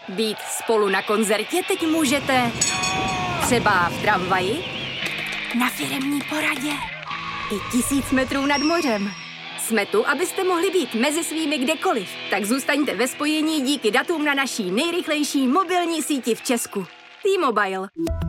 Být spolu na koncertě teď můžete třeba v tramvaji, na firemní poradě i 1000 metrů nad mořem. Jsme tu, abyste mohli být mezi svými kdekoliv. Tak zůstaňte ve spojení díky datům na naší nejrychlejší mobilní síti v Česku. T-Mobile.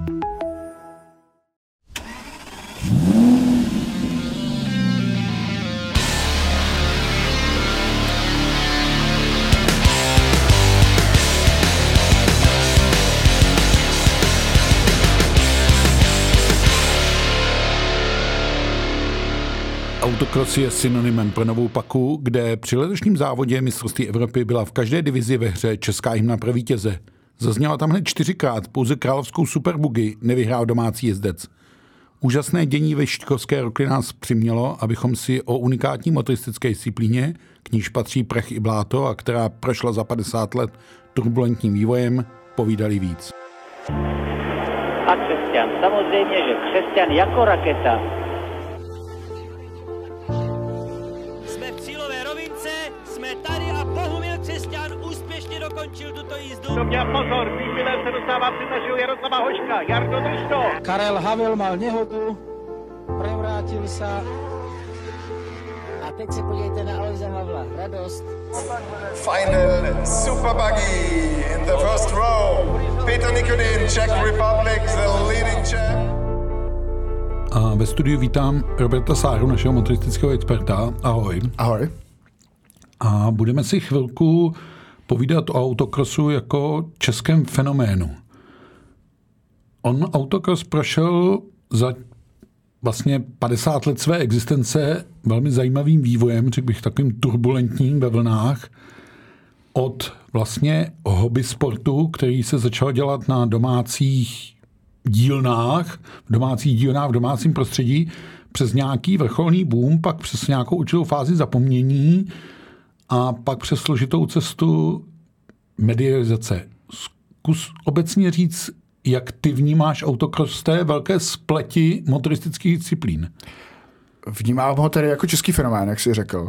Autocross je synonymem pro Novou Paku, kde při letošním závodě mistrovství Evropy byla v každé divizi ve hře česká hymna pro vítěze. Zazněla tam hned 4krát, pouze královskou Superbuggy nevyhrál domácí jezdec. Úžasné dění ve Štítkovské Rokli nás přimělo, abychom si o unikátní motoristické disciplíně, k níž patří prach i bláto a která prošla za 50 let turbulentním vývojem, povídali víc. A křesťan, samozřejmě, že křesťan jako raketa. Tady a Bohumil Křesťan úspěšně dokončil tuto jízdu. To měl pozor, výbělem se dostává před našeho Jaroslava Hoška. Jardo, drž to! Karel Havel mal nehodu, prevrátil se. A teď se podívejte na Alojza Havla. Radost. Final Superbuggy in the first row. Petr Nikodin, Czech Republic, the leading champ. A ve studiu vítám Roberta Sáru, našeho motoristického experta. Ahoj. Ahoj. A budeme si chvilku povídat o autocrossu jako českém fenoménu. On autocross prošel za vlastně 50 let své existence velmi zajímavým vývojem, řekl bych takovým turbulentním ve vlnách, od vlastně hobby sportu, který se začal dělat na domácích dílnách, v domácím prostředí, přes nějaký vrcholný boom, pak přes nějakou určitou fázi zapomnění a pak přes složitou cestu medializace. Zkus obecně říct, jak ty vnímáš autocross z té velké spleti motoristických disciplín. Vnímám ho tedy jako český fenomén, jak jsi řekl.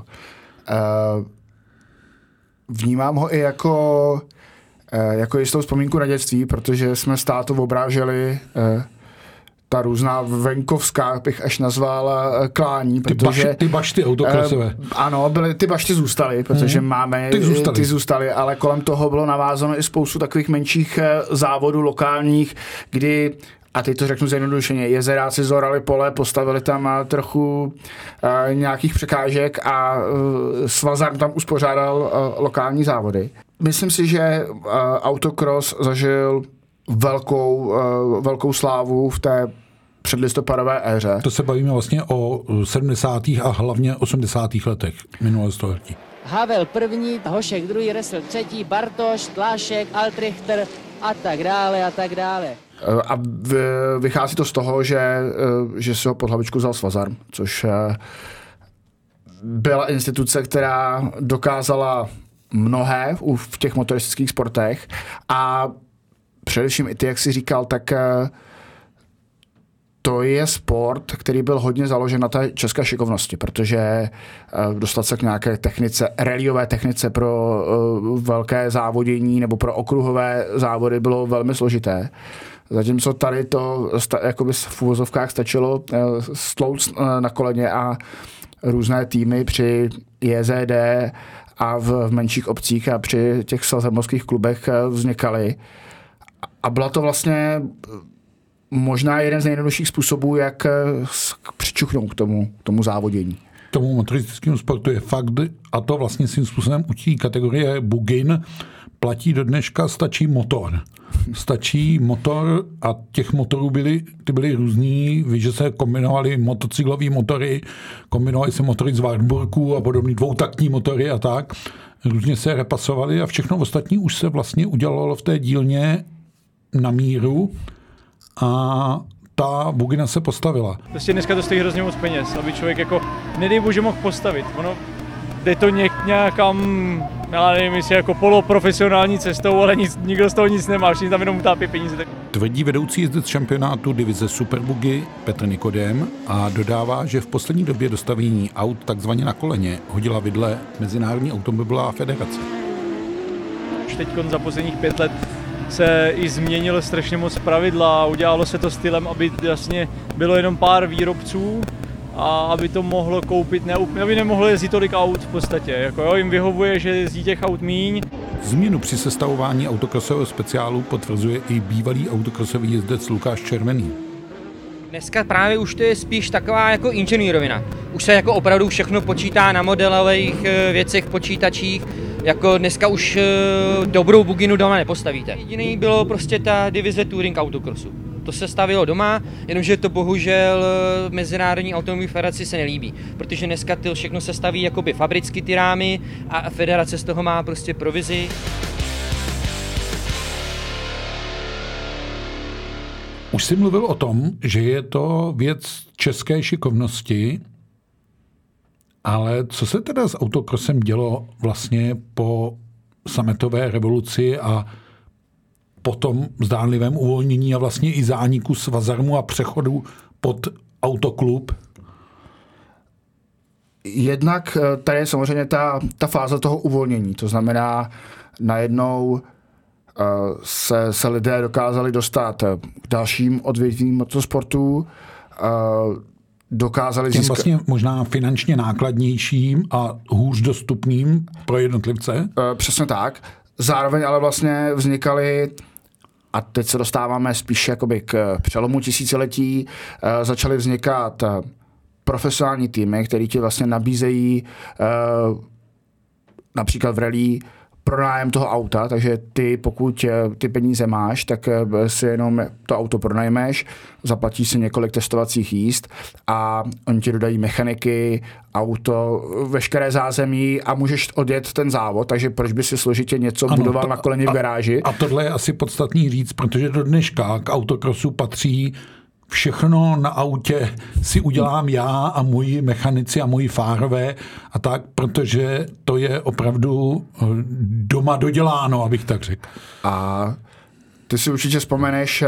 Vnímám ho i jako jistou vzpomínku na dětství, protože jsme s tátou obráželi ta různá venkovská, bych až nazval, klání, protože... Ty bašty autokrosové. Ano, ty bašty zůstaly, protože máme... Ty zůstaly, ale kolem toho bylo navázáno i spoustu takových menších závodů lokálních, kdy, a teď to řeknu zjednodušeně, jezeráci zorali pole, postavili tam trochu nějakých překážek a Svazarm tam uspořádal lokální Myslím si, že autocross zažil velkou slávu v té předlistopadové éře. To se bavíme vlastně o 70. a hlavně 80. letech minulého století. Havel první, Hošek druhý, Ressel třetí, Bartoš, Tlášek, Altrichter a tak dále. A vychází to z toho, že si ho pod hlavičku vzal Svazarm, což byla instituce, která dokázala mnohé v těch motoristických sportech a především i ty, jak jsi říkal, tak to je sport, který byl hodně založen na té české šikovnosti, protože dostat se k nějaké technice, rallyové technice pro velké závodění nebo pro okruhové závody bylo velmi složité. Zatímco tady to jakoby v uvozovkách stačilo stlouc na koleně a různé týmy při JZD a v menších obcích a při těch svazarmovských klubech vznikaly. A byla to vlastně možná jeden z nejjednodušších způsobů, jak přičuchnout k tomu závodění. Tomu motoristickému sportu je fakt, a to vlastně svým způsobem u té kategorie bugin platí do dneška, stačí motor. Stačí motor a těch motorů byly různý, víš, že se kombinovaly motocyklové motory, kombinovaly se motory z Wartburgu a podobný dvoutaktní motory a tak. Různě se repasovaly a všechno ostatní už se vlastně udělalo v té dílně na míru a ta bugina se postavila. Prostě dneska to stojí hrozně moc peněz, aby člověk jako, nedej bože, mohl postavit. Ono jde to nějakam, já nevím, jestli jako poloprofesionální cestou, ale nikdo z toho nic nemá, všichni tam jenom utápí peníze. Tvrdí vedoucí jezdec šampionátu divize Superbuggy Petr Nikodem a dodává, že v poslední době do stavění aut takzvaně na koleně hodila vidle Mezinárodní automobilová federace. teď za posledních 5 let se i změnilo strašně moc pravidla a udělalo se to stylem, aby vlastně bylo jenom pár výrobců a aby to mohlo koupit, aby nemohlo jezdit tolik aut v podstatě. Jako jo, jim vyhovuje, že jezdí těch aut míň. Změnu při sestavování autokrosového speciálu potvrzuje i bývalý autokrosový jezdec Lukáš Červený. Dneska právě už to je spíš taková jako inženýrovina. Už se jako opravdu všechno počítá na modelových věcech, počítačích. Jako dneska už dobrou buginu doma nepostavíte. Jediný bylo prostě ta divize Touring autocrossu. To se stavilo doma, jenomže to bohužel Mezinárodní automobilové federaci se nelíbí, protože dneska to všechno se staví jakoby fabricky ty rámy a federace z toho má prostě provizi. Už jsi mluvil o tom, že je to věc české šikovnosti, ale co se teda s autokrosem dělo vlastně po sametové revoluci a po tom zdánlivém uvolnění a vlastně i zániku Svazarmu a přechodu pod autoklub? Jednak tady je samozřejmě ta fáze toho uvolnění, to znamená najednou se lidé dokázali dostat k dalším odvětvím motosportu, dokázali získat vlastně možná finančně nákladnějším a hůř dostupným pro jednotlivce? Přesně tak. Zároveň ale vlastně vznikaly, a teď se dostáváme spíš jakoby k přelomu tisíciletí, začaly vznikat profesionální týmy, které ti vlastně nabízejí například v rally pronájem toho auta, takže ty, pokud ty peníze máš, tak si jenom to auto pronajmeš, zaplatíš si několik testovacích jízd a oni ti dodají mechaniky, auto, veškeré zázemí a můžeš odjet ten závod, takže proč by si složitě něco budoval na koleně v garáži? A tohle je asi podstatný říct, protože do dneška k autokrosu patří všechno na autě si udělám já a moji mechanici a moji fárové a tak, protože to je opravdu doma doděláno, abych tak řekl. A ty si určitě vzpomeneš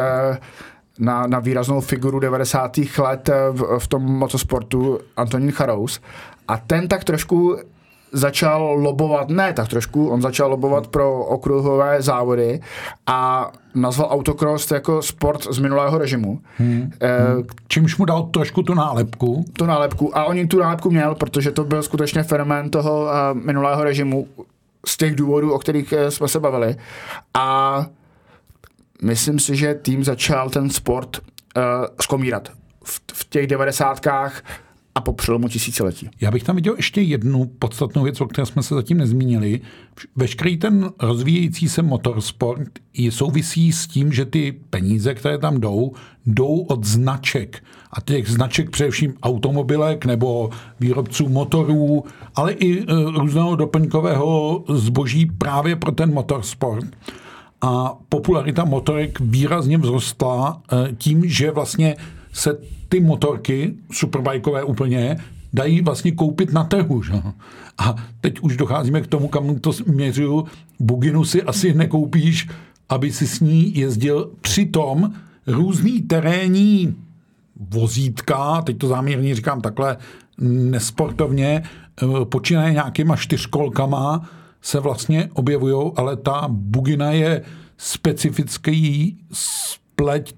na výraznou figuru 90. let v tom motosportu Antonín Charous a ten tak trošku začal lobovat, on začal lobovat pro okruhové závody a nazval autocross jako sport z minulého režimu. Čímž mu dal trošku tu nálepku. A on tu nálepku měl, protože to byl skutečně fenomén toho minulého režimu z těch důvodů, o kterých jsme se bavili. A myslím si, že tým začal ten sport zkomírat v těch 90kách a po přelomu tisíciletí. Já bych tam viděl ještě jednu podstatnou věc, o které jsme se zatím nezmínili. Veškerý ten rozvíjející se motorsport souvisí s tím, že ty peníze, které tam jdou od značek. A těch značek především automobilek nebo výrobců motorů, ale i různého doplňkového zboží právě pro ten motorsport. A popularita motorek výrazně vzrostla tím, že vlastně se ty motorky, superbajkové úplně, dají vlastně koupit na trhu. Že? A teď už docházíme k tomu, kam to měřuju. Buginu si asi nekoupíš, aby si s ní jezdil. Přitom různý terénní vozítka, teď to záměrně říkám takhle nesportovně, počínaje nějakýma 4kolkama, se vlastně objevujou, ale ta bugina je specifický spleť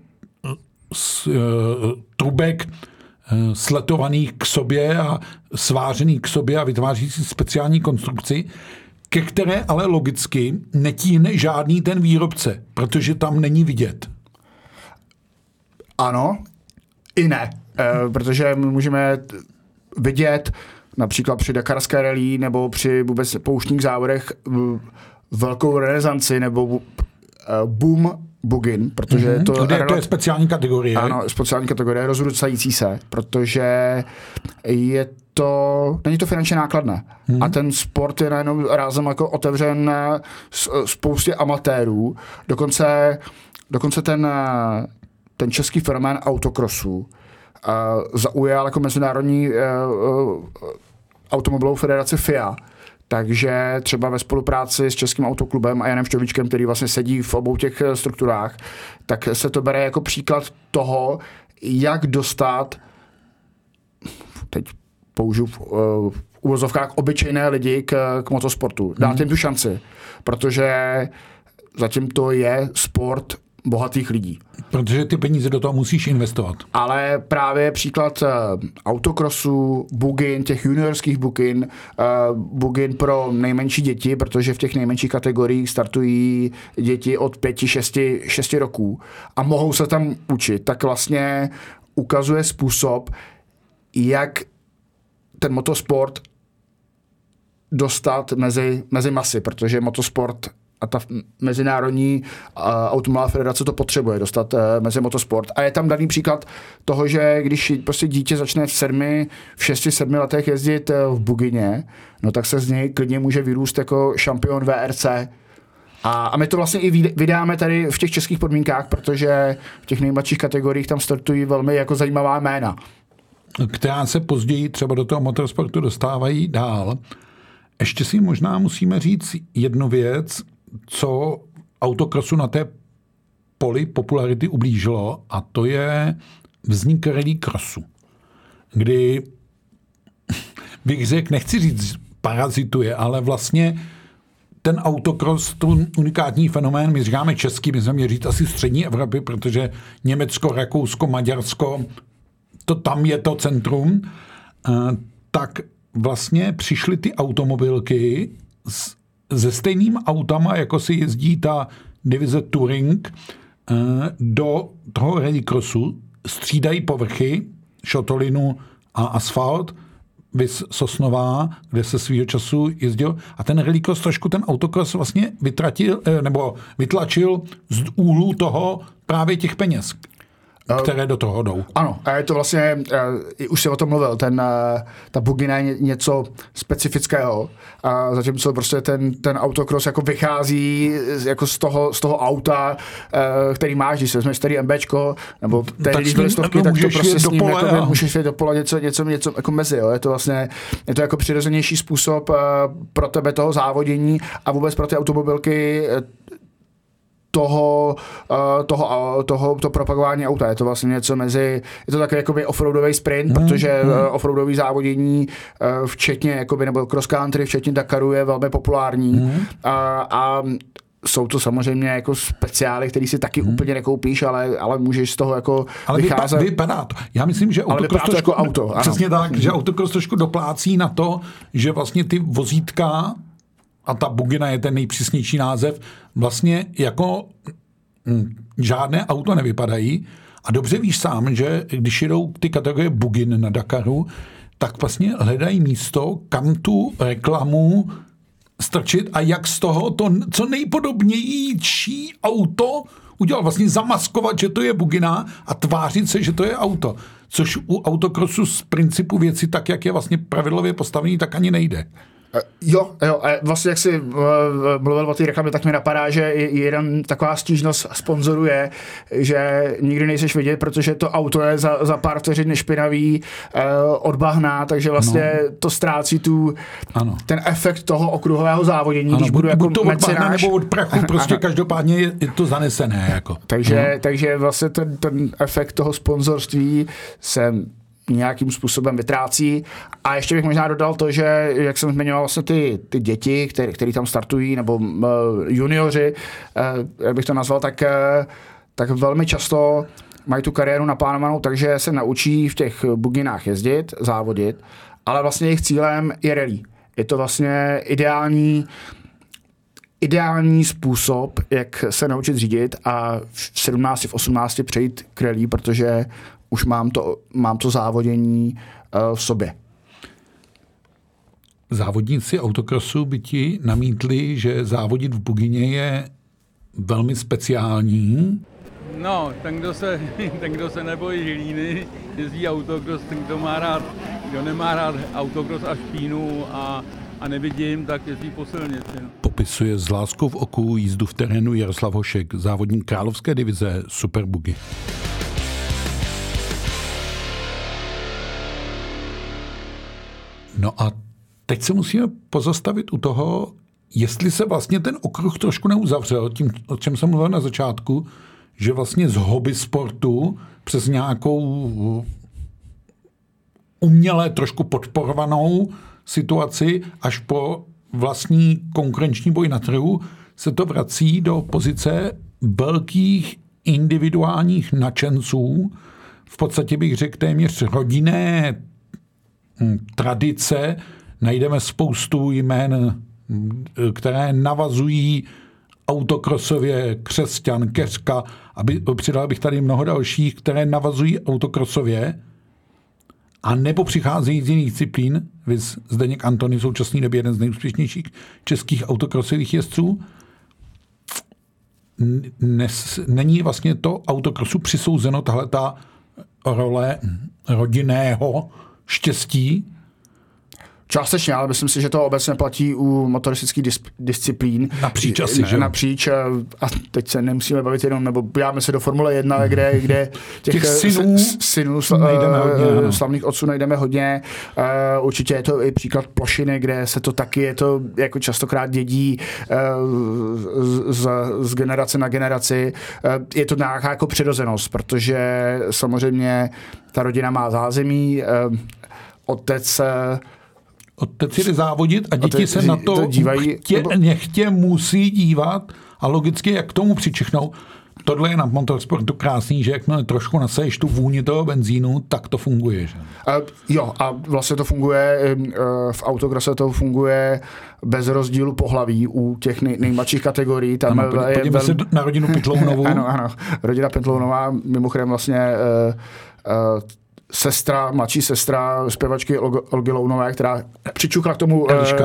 trubek sletovaných k sobě a svářených k sobě a vytváří si speciální konstrukci, ke které ale logicky netíhne žádný ten výrobce, protože tam není vidět. Ano, i ne, protože můžeme vidět například při dakarské rally nebo při vůbec pouštních závodech velkou renesanci nebo boom bugin, protože to je speciální kategorie. Ano, speciální kategorie, rozrůstající se, protože není to finančně nákladné. A ten sport je najednou rázem jako otevřen spoustě amatérů. Dokonce ten český fenomén autocrossu zaujal jako mezinárodní automobilovou federaci FIA. Takže třeba ve spolupráci s Českým autoklubem a Janem Šťovíčkem, který vlastně sedí v obou těch strukturách, tak se to bere jako příklad toho, jak dostat, teď použiju uvozovkách obyčejné lidi k motosportu. Dát jim tu šanci, protože zatím to je sport bohatých lidí. Protože ty peníze do toho musíš investovat. Ale právě příklad autokrosu, bugin, těch juniorských bugin pro nejmenší děti, protože v těch nejmenších kategoriích startují děti od 5-6 roků a mohou se tam učit, tak vlastně ukazuje způsob, jak ten motosport dostat mezi masy, protože motosport a ta mezinárodní automobilová federace to potřebuje dostat mezi motosport. A je tam daný příklad toho, že když prostě dítě začne v 6-7 letech jezdit v bugině, no tak se z něj klidně může vyrůst jako šampion VRC. A my to vlastně i vydáme tady v těch českých podmínkách, protože v těch nejmladších kategoriích tam startují velmi jako zajímavá jména. Která se později třeba do toho motorsportu dostávají dál. Ještě si možná musíme říct jednu věc, co autokrosu na té poli popularity ublížilo, a to je vznik rallycrossu, kdy bych řekl, nechci říct parazituje, ale vlastně ten autokros, ten unikátní fenomén, my říkáme český, my jsme měli říct asi střední Evropy, protože Německo, Rakousko, Maďarsko, to tam je to centrum, tak vlastně přišly ty automobilky se stejným autama, jako si jezdí ta divize Touring, do toho rallycrossu, střídají povrchy, šotolinu a asfalt, vys Sosnová, kde se svýho času jezdil, a ten rallycross trošku ten autokros vlastně vytlačil z úhlu toho právě těch peněz, které do toho jdou. Ano, a je to vlastně, už si o tom mluvil, ta bugina je něco specifického, a zatímco prostě ten autokros jako vychází jako z toho auta, který máš, když se vezmeš starý MBčko, nebo když byly stovky, tak to prostě s ním jako, můžeš jít do pole něco jako mezi, jo. Je to vlastně, je to jako přirozenější způsob pro tebe toho závodění a vůbec pro ty automobilky toho propagování auta. Je to vlastně něco mezi, je to takový jakoby offroadový sprint, protože offroadový závodění včetně jakoby, nebo cross country, včetně Dakaru je velmi populární. A jsou to samozřejmě jako speciály, který si taky úplně nekoupíš, ale můžeš z toho jako vycházet. Vypadá to. Já myslím, že autokros to jako auto. Přesně tak, že autokros trošku doplácí na to, že vlastně ty vozítka, a ta bugina je ten nejpřísnější název, vlastně jako žádné auto nevypadají. A dobře víš sám, že když jedou ty kategorie bugin na Dakaru, tak vlastně hledají místo, kam tu reklamu strčit a jak z toho to co nejpodobnější auto udělat. Vlastně zamaskovat, že to je bugina a tvářit se, že to je auto. Což u autokrosu z principu věci, tak jak je vlastně pravidlově postavený, tak ani nejde. Jo, a vlastně jak jsi mluvil o té reklamě, tak mi napadá, že jeden taková stížnost sponzoru je, že nikdy nejseš vidět, protože to auto je za pár vteřin špinavý od bahna, takže vlastně to ztrácí ten efekt toho okruhového závodění, když budu jako to od bahna nebo od prachu, prostě každopádně je to zanesené. Jako. Takže vlastně ten efekt toho sponzorství se nějakým způsobem vytrácí. A ještě bych možná dodal to, že jak jsem zmiňoval vlastně ty děti, který tam startují, nebo junioři, jak bych to nazval, tak velmi často mají tu kariéru naplánovanou, takže se naučí v těch buginách jezdit, závodit, ale vlastně jejich cílem je rally. Je to vlastně ideální způsob, jak se naučit řídit a v 17, v 18 přejít k rally, protože už mám to závodění v sobě. Závodníci autokrosu by ti namítli, že závodit v bugině je velmi speciální. No, ten, kdo se nebojí hlíny, jezdí autokros, ten, kdo nemá rád autokros a špínu a nevidím, tak jezdí po silnici. No. Popisuje s láskou v oku jízdu v terénu Jaroslav Hošek, závodník královské divize Superbugy. No a teď se musíme pozastavit u toho, jestli se vlastně ten okruh trošku neuzavřel, tím, o čem jsem mluvil na začátku, že vlastně z hobby sportu přes nějakou uměle trošku podporovanou situaci až po vlastní konkurenční boj na trhu se to vrací do pozice velkých individuálních nadšenců, v podstatě bych řekl téměř rodinné tradice. Najdeme spoustu jmén, které navazují autokrosově, Křesťan, Keřka, přidal bych tady mnoho dalších, které navazují autokrosově a nebo přicházejí z jiných disciplín. Viz Zdeněk Antony, v současné době jeden z nejúspěšnějších českých autokrosových jezdců. Není vlastně to autokrosu přisouzeno tahleta role rodinného štěstí? Částečně, ale myslím si, že to obecně platí u motoristických disciplín. Napříč asi, že? Napříč, a teď se nemusíme bavit jenom, nebo podíváme se do Formule 1, kde těch synů slavných otců najdeme hodně. Určitě je to i příklad plošiny, kde se to taky, je to jako častokrát dědí z generace na generaci. Je to nějaká jako přirozenost, protože samozřejmě ta rodina má zázemí, otec jde závodit a děti se na to dívají, nechtě musí dívat a logicky jak k tomu přičichnou. Tohle je na motorsportu krásný, že jakmile trošku naseješ tu vůni toho benzínu, tak to funguje. Že? Jo, a vlastně to funguje, v autokrose to funguje bez rozdílu pohlaví u těch nejmladších kategorií. Tam podívejme se na rodinu Pytlounovou. Ano, rodina Pytlounová, mimochodem vlastně mladší sestra zpěvačky Olgy Lounové, která přičuchla k tomu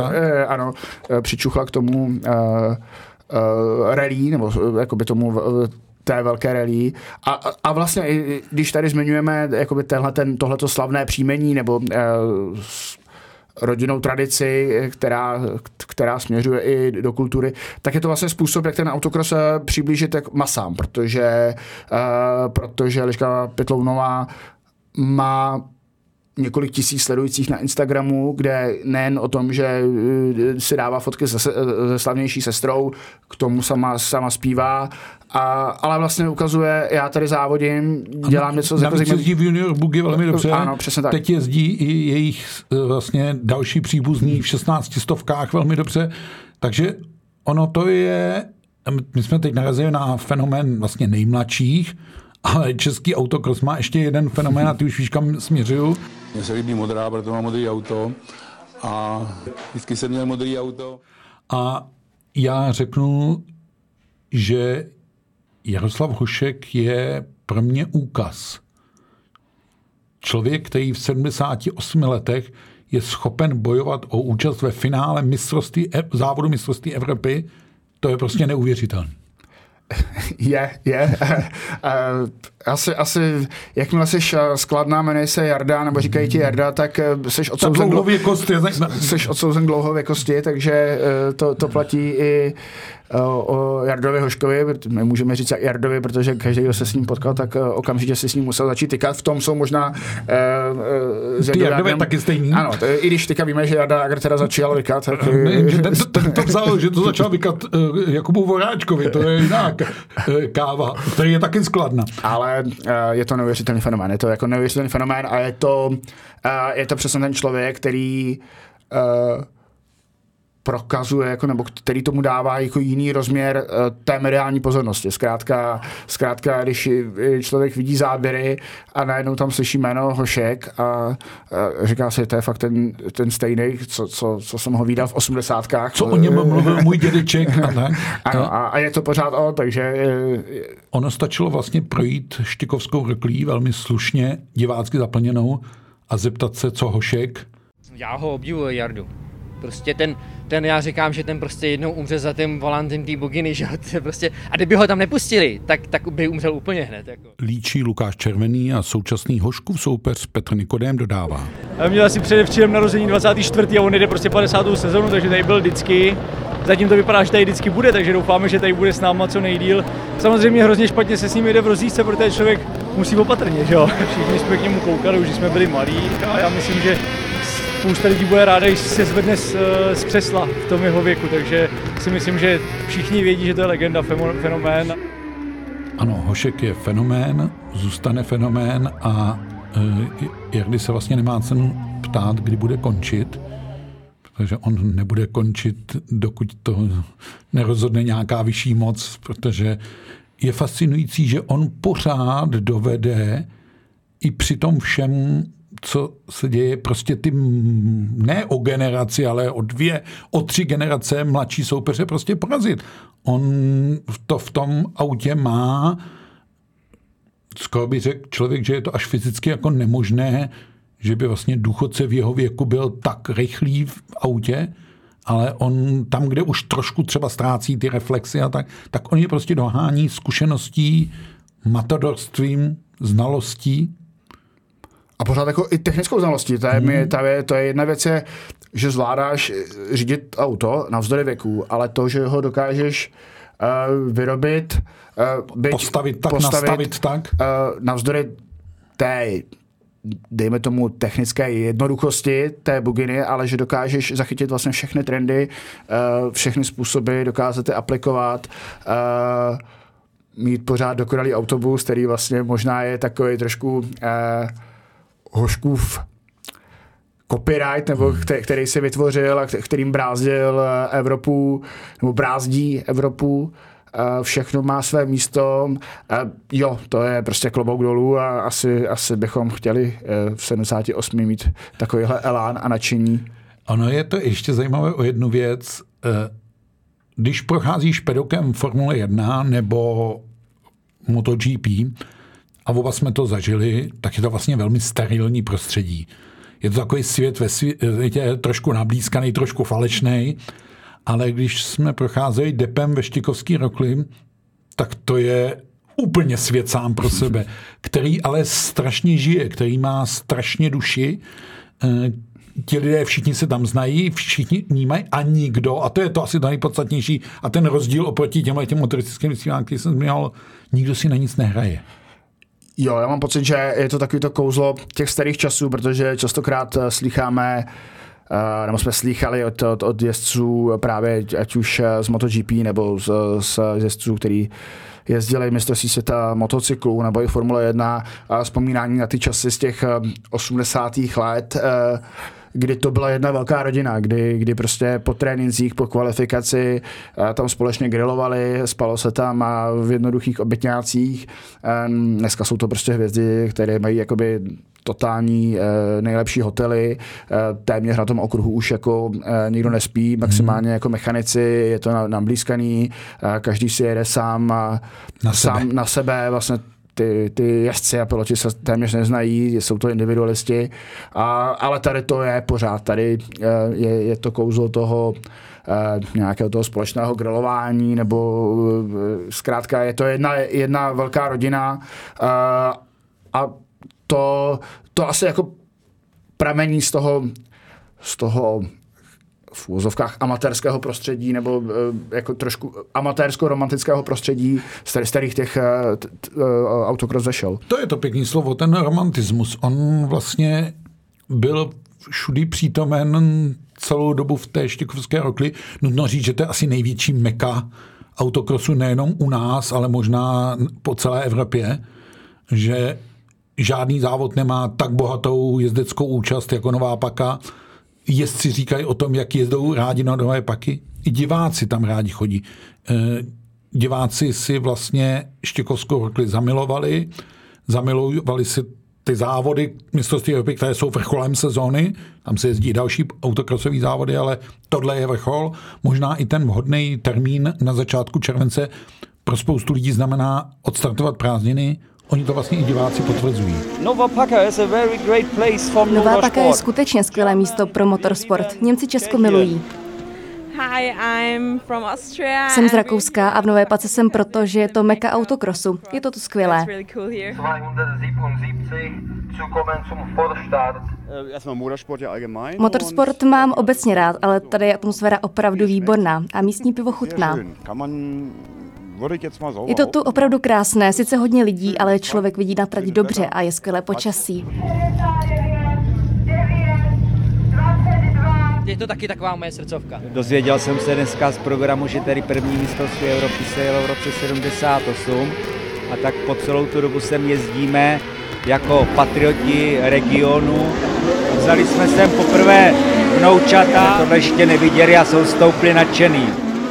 rally, nebo jakoby tomu té velké rally. A vlastně, když tady zmiňujeme jakoby tohleto slavné příjmení, nebo rodinnou tradici, která směřuje i do kultury, tak je to vlastně způsob, jak ten autokros přiblížit k masám, protože Eliška Pytlounová má několik tisíc sledujících na Instagramu, kde nejen o tom, že si dává fotky se slavnější sestrou, k tomu sama zpívá, ale vlastně ukazuje, já tady závodím, dělám něco... Navíc jezdí v Junior Buggy velmi dobře. Ano, přesně tak. Teď jezdí i jejich vlastně další příbuzní v 16 stovkách velmi dobře. Takže ono to je... My jsme teď narazili na fenomén vlastně nejmladších, ale český autokros má ještě jeden fenomén a ty už víš, kam směřuju. Mně se líbí modrá, proto mám modrý auto a vždycky jsem měl modrý auto. A já řeknu, že Jaroslav Hošek je pro mě úkaz. Člověk, který v 78 letech je schopen bojovat o účast ve finále závodu mistrovství Evropy, to je prostě neuvěřitelné. Asi jakmile jsi skladná, jmenej se Jarda, nebo říkají ti Jarda, tak jsi odsouzen k dlouhověkosti, takže to platí i o Jardovi Hoškovi. My můžeme říct Jardovi, protože každý, kdo se s ním potkal, tak okamžitě si s ním musel začít tykat. V tom jsou možná... Ty Jardové taky stejný. Ano, i když teďka víme, že Jarda Agr teda začal vykat. Tak... Ten to vzal, že to začal vykat Jakubu Voráčkovi, to je jiná káva, který je taky skladná. Ale je to neuvěřitelný fenomén. Je to jako neuvěřitelný fenomén a je to přesně ten člověk, který prokazuje, jako, nebo který tomu dává jako jiný rozměr té mediální pozornosti. Zkrátka, když člověk vidí záběry a najednou tam slyší jméno Hošek a říká si, to je fakt ten stejný, co jsem ho viděl v 80kách. Co o něm mluvil můj dědeček. Ano, a je to pořád takže... Ono stačilo vlastně projít Štikovskou rklí velmi slušně, divácky zaplněnou a zeptat se, co Hošek. Já ho obdivuji, Jardu. Prostě ten já říkám, že ten prostě jednou umře za tím volantem té buginy, že prostě, a kdyby ho tam nepustili, tak by umřel úplně hned. Jako. Líčí Lukáš Červený a současný Hoškův soupeř Petr Nikodém dodává. Já měl asi předevčírem narození 24. a on jde prostě 50. sezonu, takže tady byl vždycky. Zatím to vypadá, že tady vždycky bude, takže doufáme, že tady bude s náma co nejdýl. Samozřejmě hrozně špatně se s ním jde v rozjížďce, protože člověk musí opatrně, že jo. Všichni jsme k němu koukali, už jsme byli malí a já myslím, že spousta lidí bude ráda, když se zvedne z křesla v tom jeho věku, takže si myslím, že všichni vědí, že to je legenda, fenomén. Ano, Hošek je fenomén, zůstane fenomén a Jardy se vlastně nemá cenu ptát, kdy bude končit. Takže on nebude končit, dokud to nerozhodne nějaká vyšší moc, protože je fascinující, že on pořád dovede i při tom všem, co se děje, prostě ty ne o generaci, ale o 3 generace mladší soupeře prostě porazit. On to v tom autě má, skoro by řekl člověk, že je to až fyzicky jako nemožné, že by vlastně důchodce v jeho věku byl tak rychlý v autě, ale on tam, kde už trošku třeba ztrácí ty reflexy a tak on je prostě dohání zkušeností, matadorstvím, znalostí. A pořád jako i technickou znalostí. To je jedna věc, že zvládáš řídit auto navzdory věku, ale to, že ho dokážeš vyrobit, postavit tak, nastavit tak. Navzdory té, dejme tomu, technické jednoduchosti té buginy, ale že dokážeš zachytit vlastně všechny trendy, všechny způsoby, dokázat je aplikovat, mít pořád dokonalý autobus, který vlastně možná je takový trošku Hoškův copyright, nebo který si vytvořil a kterým brázdil Evropu, nebo brázdí Evropu. Všechno má své místo. Jo, to je prostě klobouk dolů a asi bychom chtěli v 78 mít takovýhle elán a nadšení. Ono je to ještě zajímavé o jednu věc. Když procházíš pedokem Formule 1 nebo MotoGP, a oba jsme to zažili, tak je to vlastně velmi sterilní prostředí. Je to takový svět ve světě trošku nablízkaný, trošku falešnej, ale když jsme procházeli depem ve Štikovský Rokli, tak to je úplně svět sám pro sebe, který ale strašně žije, který má strašně duši. Ti lidé všichni se tam znají, všichni vnímají a nikdo, a to je to asi to nejpodstatnější, a ten rozdíl oproti těm motoristickým vysílám, který jsem zmínil, nikdo si na nic nehraje. Jo, já mám pocit, že je to takový to kouzlo těch starých časů, protože častokrát slýcháme, nebo jsme slýchali od jezdců právě ať už z MotoGP nebo z jezdců, který jezdili mistrovství světa motocyklů nebo i Formule 1 a vzpomínání na ty časy z těch 80. let, kdy to byla jedna velká rodina, kdy prostě po trénincích, po kvalifikaci tam společně grilovali, spalo se tam a v jednoduchých obytňácích. Dneska jsou to prostě hvězdy, které mají jakoby totální nejlepší hotely, téměř na tom okruhu už jako nikdo nespí, maximálně jako mechanici, je to nablízkaný, každý si jede sám na sebe vlastně. Ty jezdci a piloti se téměř neznají, jsou to individualisti, ale tady to je pořád, tady je to kouzlo toho nějakého toho společného grilování, nebo zkrátka je to jedna velká rodina a to asi jako pramení z toho v úvozovkách amatérského prostředí nebo jako trošku amatérsko-romantického prostředí, z kterých těch autocross zašel. To je to pěkný slovo, ten romantismus. On vlastně byl všudy přítomen celou dobu v té Štikovské Rokli. Nutno říct, že to je asi největší meka autocrossu nejenom u nás, ale možná po celé Evropě, že žádný závod nemá tak bohatou jezdeckou účast jako Nová Paka. Jezdci říkají o tom, jak jezdou rádi na nové paky. I diváci tam rádi chodí. Diváci si vlastně Štikovskou Rokli zamilovali si ty závody mistrovství Evropy, které jsou vrcholem sezóny. Tam se jezdí další autokrosové závody, ale tohle je vrchol. Možná i ten vhodný termín na začátku července pro spoustu lidí znamená odstartovat prázdniny. Oni to vlastně i diváci potvrzují. Nová Paka je skutečně skvělé místo pro motorsport. Němci Česko milují. Hi, I'm from Austria. Jsem z Rakouska a v Nové Pace jsem proto, že je to meka autokrosu. Je to tu skvělé. Motorsport mám obecně rád, ale tady je atmosféra opravdu výborná a místní pivo chutná. Je to tu opravdu krásné, sice hodně lidí, ale člověk vidí na trať dobře a je skvělé počasí. Je to taky taková moje srdcovka. Dozvěděl jsem se dneska z programu, že tady první mistrovství Evropy se jelo v roce 78 a tak po celou tu dobu sem jezdíme jako patrioti regionu. Vzali jsme sem poprvé vnoučata tohle ještě neviděli a jsou stoupli nadšený.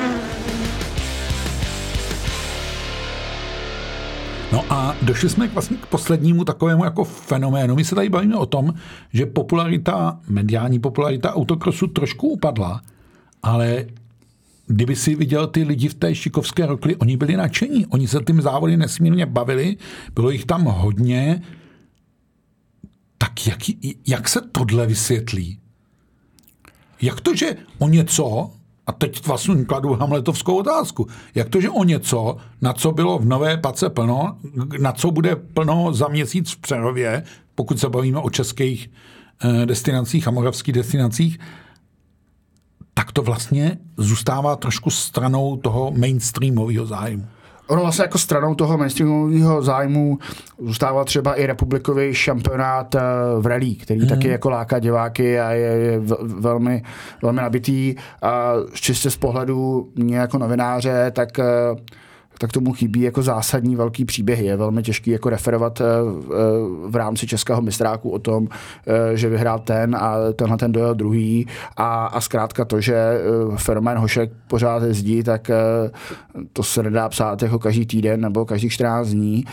No a došli jsme vlastně k poslednímu takovému jako fenoménu. My se tady bavíme o tom, že mediální popularita autokrosu trošku upadla, ale kdyby si viděl ty lidi v té šikovské rokli, oni byli nadšení. Oni se tím závody nesmírně bavili, bylo jich tam hodně. Tak jak se tohle vysvětlí? Jak to, že o něco, a teď vlastně kladu hamletovskou otázku, jak to, že o něco, na co bylo v Nové Pace plno, na co bude plno za měsíc v Přerově, pokud se bavíme o českých destinacích a moravských destinacích, tak to vlastně zůstává trošku stranou toho mainstreamového zájmu. Ono vlastně jako stranou toho mainstreamového zájmu zůstává třeba i republikový šampionát v rally, který taky jako láká diváky a je velmi, velmi nabitý. A čistě z pohledu mě jako novináře, tak tomu chybí jako zásadní velký příběhy. Je velmi těžký jako referovat v rámci českého mistráku o tom, že vyhrál ten a tenhle ten dojel druhý a zkrátka to, že fenomén Hošek pořád jezdí, tak to se nedá psát jako každý týden nebo každých 14 dní.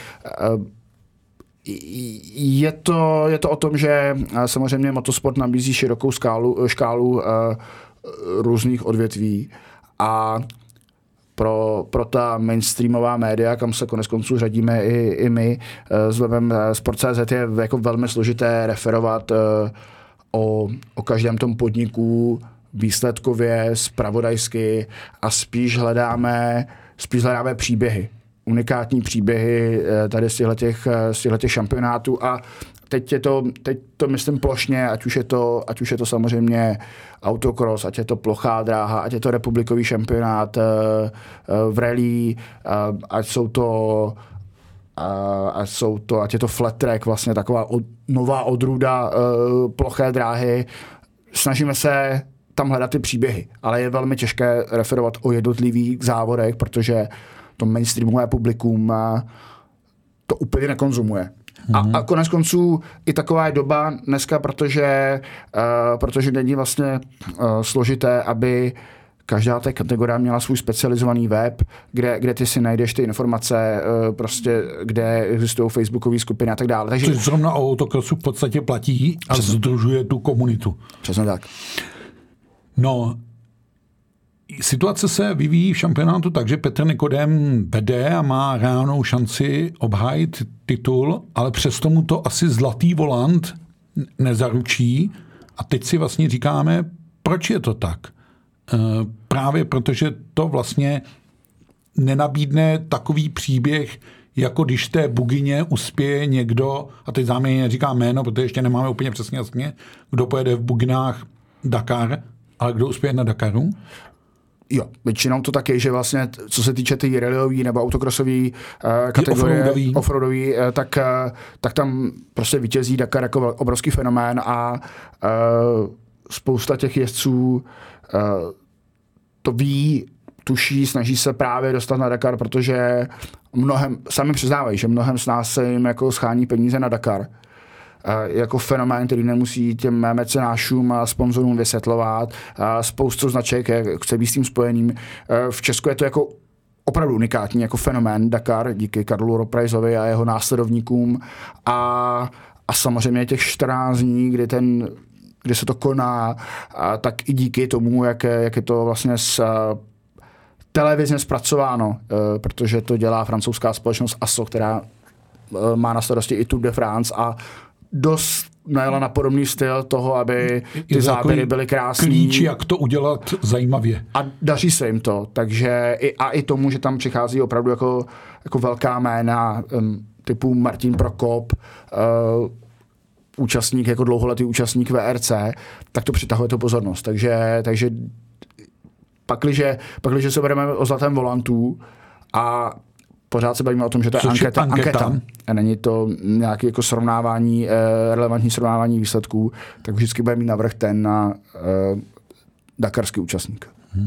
Je to o tom, že samozřejmě motosport nabízí širokou škálu různých odvětví a pro ta mainstreamová média, kam se koneckonců řadíme i my s webem Sport.cz, je jako velmi složité referovat o každém tom podniku výsledkově, zpravodajsky a spíš hledáme příběhy. Unikátní příběhy tady z těchto šampionátů a teď to myslím plošně, ať už je to samozřejmě autocross, ať je to plochá dráha, ať je to republikový šampionát v rally, ať je to flat track, vlastně taková nová odrůda ploché dráhy. Snažíme se tam hledat ty příběhy, ale je velmi těžké referovat o jednotlivých závodech, protože to mainstreamové publikum to úplně nekonzumuje. A konec konců i taková je doba dneska, protože není vlastně složité, aby každá té kategorie měla svůj specializovaný web, kde ty si najdeš ty informace, prostě, kde existují facebookové skupiny a tak dále. Takže což zrovna o autocrossu v podstatě platí a sdružuje tu komunitu. Přesně tak. No, situace se vyvíjí v šampionátu tak, že Petr Nikodem vede a má reálnou šanci obhájit titul, ale přesto mu to asi zlatý volant nezaručí. A teď si vlastně říkáme, proč je to tak? Právě protože to vlastně nenabídne takový příběh, jako když té bugině uspěje někdo, a teď záměrně neříká jméno, protože ještě nemáme úplně přesně jasně, kdo pojede v buginách Dakar, ale kdo uspěje na Dakaru? Jo, většinou to tak je, že vlastně, co se týče ty rallyový nebo autokrosový kategorie, offroadový, tak tam prostě vítězí Dakar jako obrovský fenomén a spousta těch jezdců to ví, tuší, snaží se právě dostat na Dakar, protože sami přiznávají, že mnohem z nás se jim jako schání peníze na Dakar. Jako fenomén, který nemusí těm mecenášům a sponzorům vysvětlovat. Spoustu značek chce být s tím spojeným. V Česku je to jako opravdu unikátní jako fenomén Dakar díky Karlu Roprajzovi a jeho následovníkům. A samozřejmě těch 14 dní, kdy se to koná, tak i díky tomu, jak je to vlastně televizně zpracováno, protože to dělá francouzská společnost ASO, která má na starosti i Tour de France a dost najela na podobný styl toho, aby ty záběry byly krásný. Klíč, jak to udělat zajímavě. A daří se jim to, takže i tomu, že tam přichází opravdu jako velká jména typu Martin Prokop, účastník, jako dlouholetý účastník VRC, tak to přitahuje tu pozornost. Takže pakliže se bereme o zlatém volantu a pořád se bavíme o tom, že to je anketa. A není to nějaké jako srovnávání, relevantní srovnávání výsledků, tak vždycky bude mít navrch ten na dakarský účastník.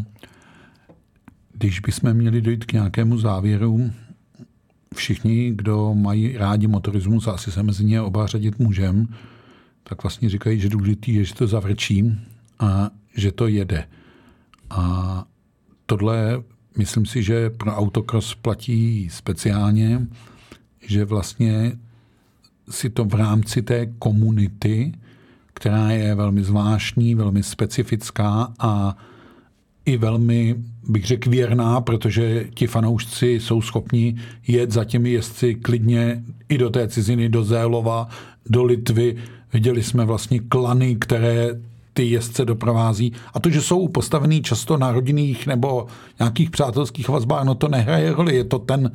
Když bychom měli dojít k nějakému závěru, všichni, kdo mají rádi motorismus, asi se mezi ně oba řadit můžem, tak vlastně říkají, že důležitý je, že to zavrčí a že to jede. A tohle myslím si, že pro autocross platí speciálně, že vlastně si to v rámci té komunity, která je velmi zvláštní, velmi specifická a i velmi, bych řekl, věrná, protože ti fanoušci jsou schopni jet za těmi jezdci klidně i do té ciziny, do Zélova, do Litvy. Viděli jsme vlastně klany, které ty jezdce doprovází. A to, že jsou postavený často na rodinných nebo nějakých přátelských vazbách, no to nehraje roli. Je to ten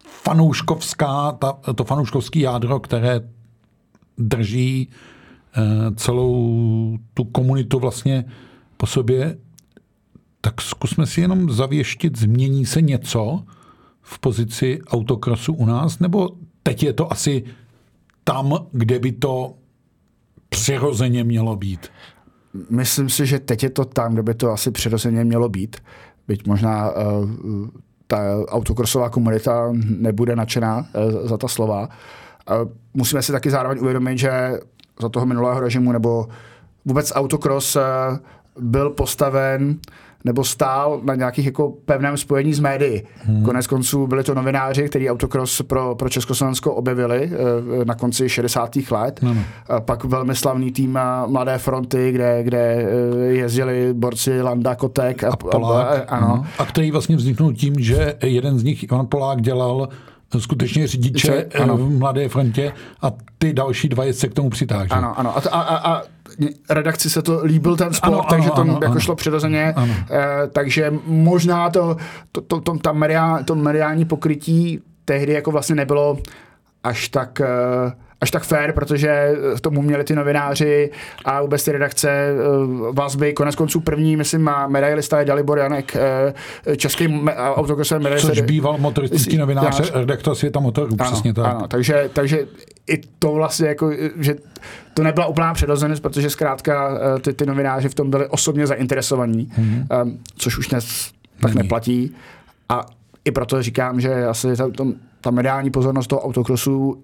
to fanouškovský jádro, které drží celou tu komunitu vlastně po sobě. Tak zkusme si jenom zavěštit, změní se něco v pozici autocrossu u nás, nebo teď je to asi tam, kde by to přirozeně mělo být? Myslím si, že teď je to tam, kde by to asi přirozeně mělo být. Byť možná ta autocrossová komunita nebude nadšená za ta slova. Musíme si taky zároveň uvědomit, že za toho minulého režimu nebo vůbec autocross byl postaven nebo stál na nějakých jako pevném spojení s médií. Konec konců byli to novináři, kteří autocross pro Československo objevili na konci 60. let. Pak velmi slavný tým Mladé fronty, kde jezdili borci Landa, Kotek a Polák. Ano. A který vlastně vzniknul tím, že jeden z nich, Ivan Polák, dělal skutečně řidiče v Mladé frontě a ty další dva jezdce k tomu přitáhli. Ano. A redakci se to líbil ten sport, takže to jako šlo přirozeně. Takže možná to mediální pokrytí tehdy jako vlastně nebylo až tak fair, protože tomu měli ty novináři a vůbec ty redakce vazby. Konec konců první, myslím, medailista je Dalibor Janek, český autokrosový medailista. Což býval motoristický novinář, redaktor Světa motorů, přesně tak. Ano, takže i to vlastně, jako, že to nebyla úplná přirozenost, protože zkrátka ty novináři v tom byli osobně zainteresovaní, což už dnes tak neplatí. A i proto říkám, že asi ta mediální pozornost toho autocrossu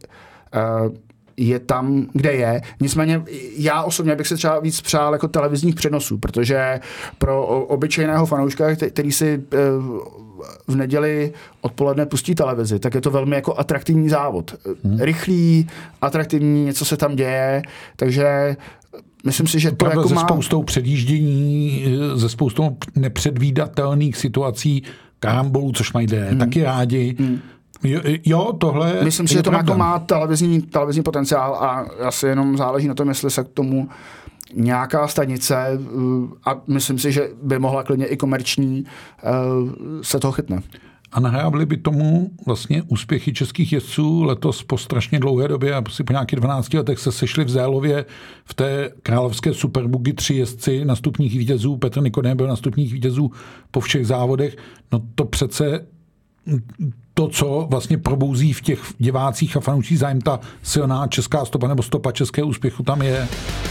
je tam, kde je. Nicméně já osobně bych se třeba víc přál jako televizních přenosů, protože pro obyčejného fanouška, který si v neděli odpoledne pustí televizi, tak je to velmi jako atraktivní závod. Rychlý, atraktivní, něco se tam děje, takže myslím si, že to jako se spoustou předjíždění, ze spoustou nepředvídatelných situací, karambolů, což mají taky rádi. Jo, tohle. Myslím si, že to jako má televizní potenciál a asi jenom záleží na tom, jestli se k tomu nějaká stanice a myslím si, že by mohla klidně i komerční se toho chytne. A nahrábli by tomu vlastně úspěchy českých jezdců letos po strašně dlouhé době, asi po nějakých 12 letech se sešli v Zélově v té královské Superbugy 3 jezdci na stupních vítězů, Petr Nikodém byl na stupních vítězů po všech závodech. No to přece to, co vlastně probouzí v těch divácích a fanouších zájem, ta silná česká stopa nebo stopa českého úspěchu tam je.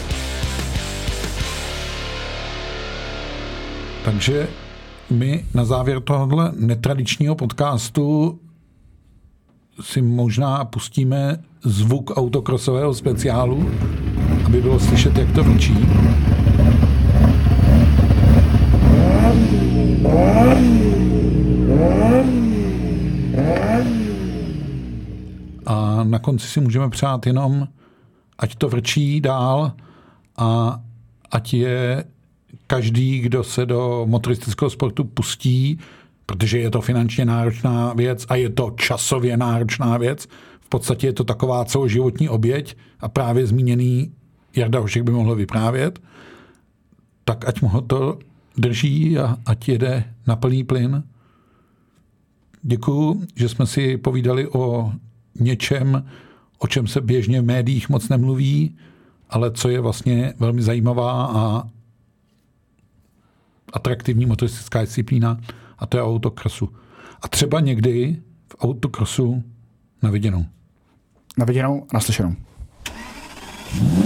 Takže my na závěr tohohle netradičního podcastu si možná pustíme zvuk autokrosového speciálu, aby bylo slyšet, jak to vrčí. A na konci si můžeme přát jenom, ať to vrčí dál a ať je každý, kdo se do motoristického sportu pustí, protože je to finančně náročná věc a je to časově náročná věc. V podstatě je to taková celoživotní oběť a právě zmíněný Jarda Hošek by mohl vyprávět, tak ať mu ho to drží a ať jede na plný plyn. Děkuju, že jsme si povídali o něčem, o čem se běžně v médiích moc nemluví, ale co je vlastně velmi zajímavá a atraktivní motoristická disciplína, a to je autocrossu. A třeba někdy v autocrossu na viděnou. Na viděnou a naslyšenou.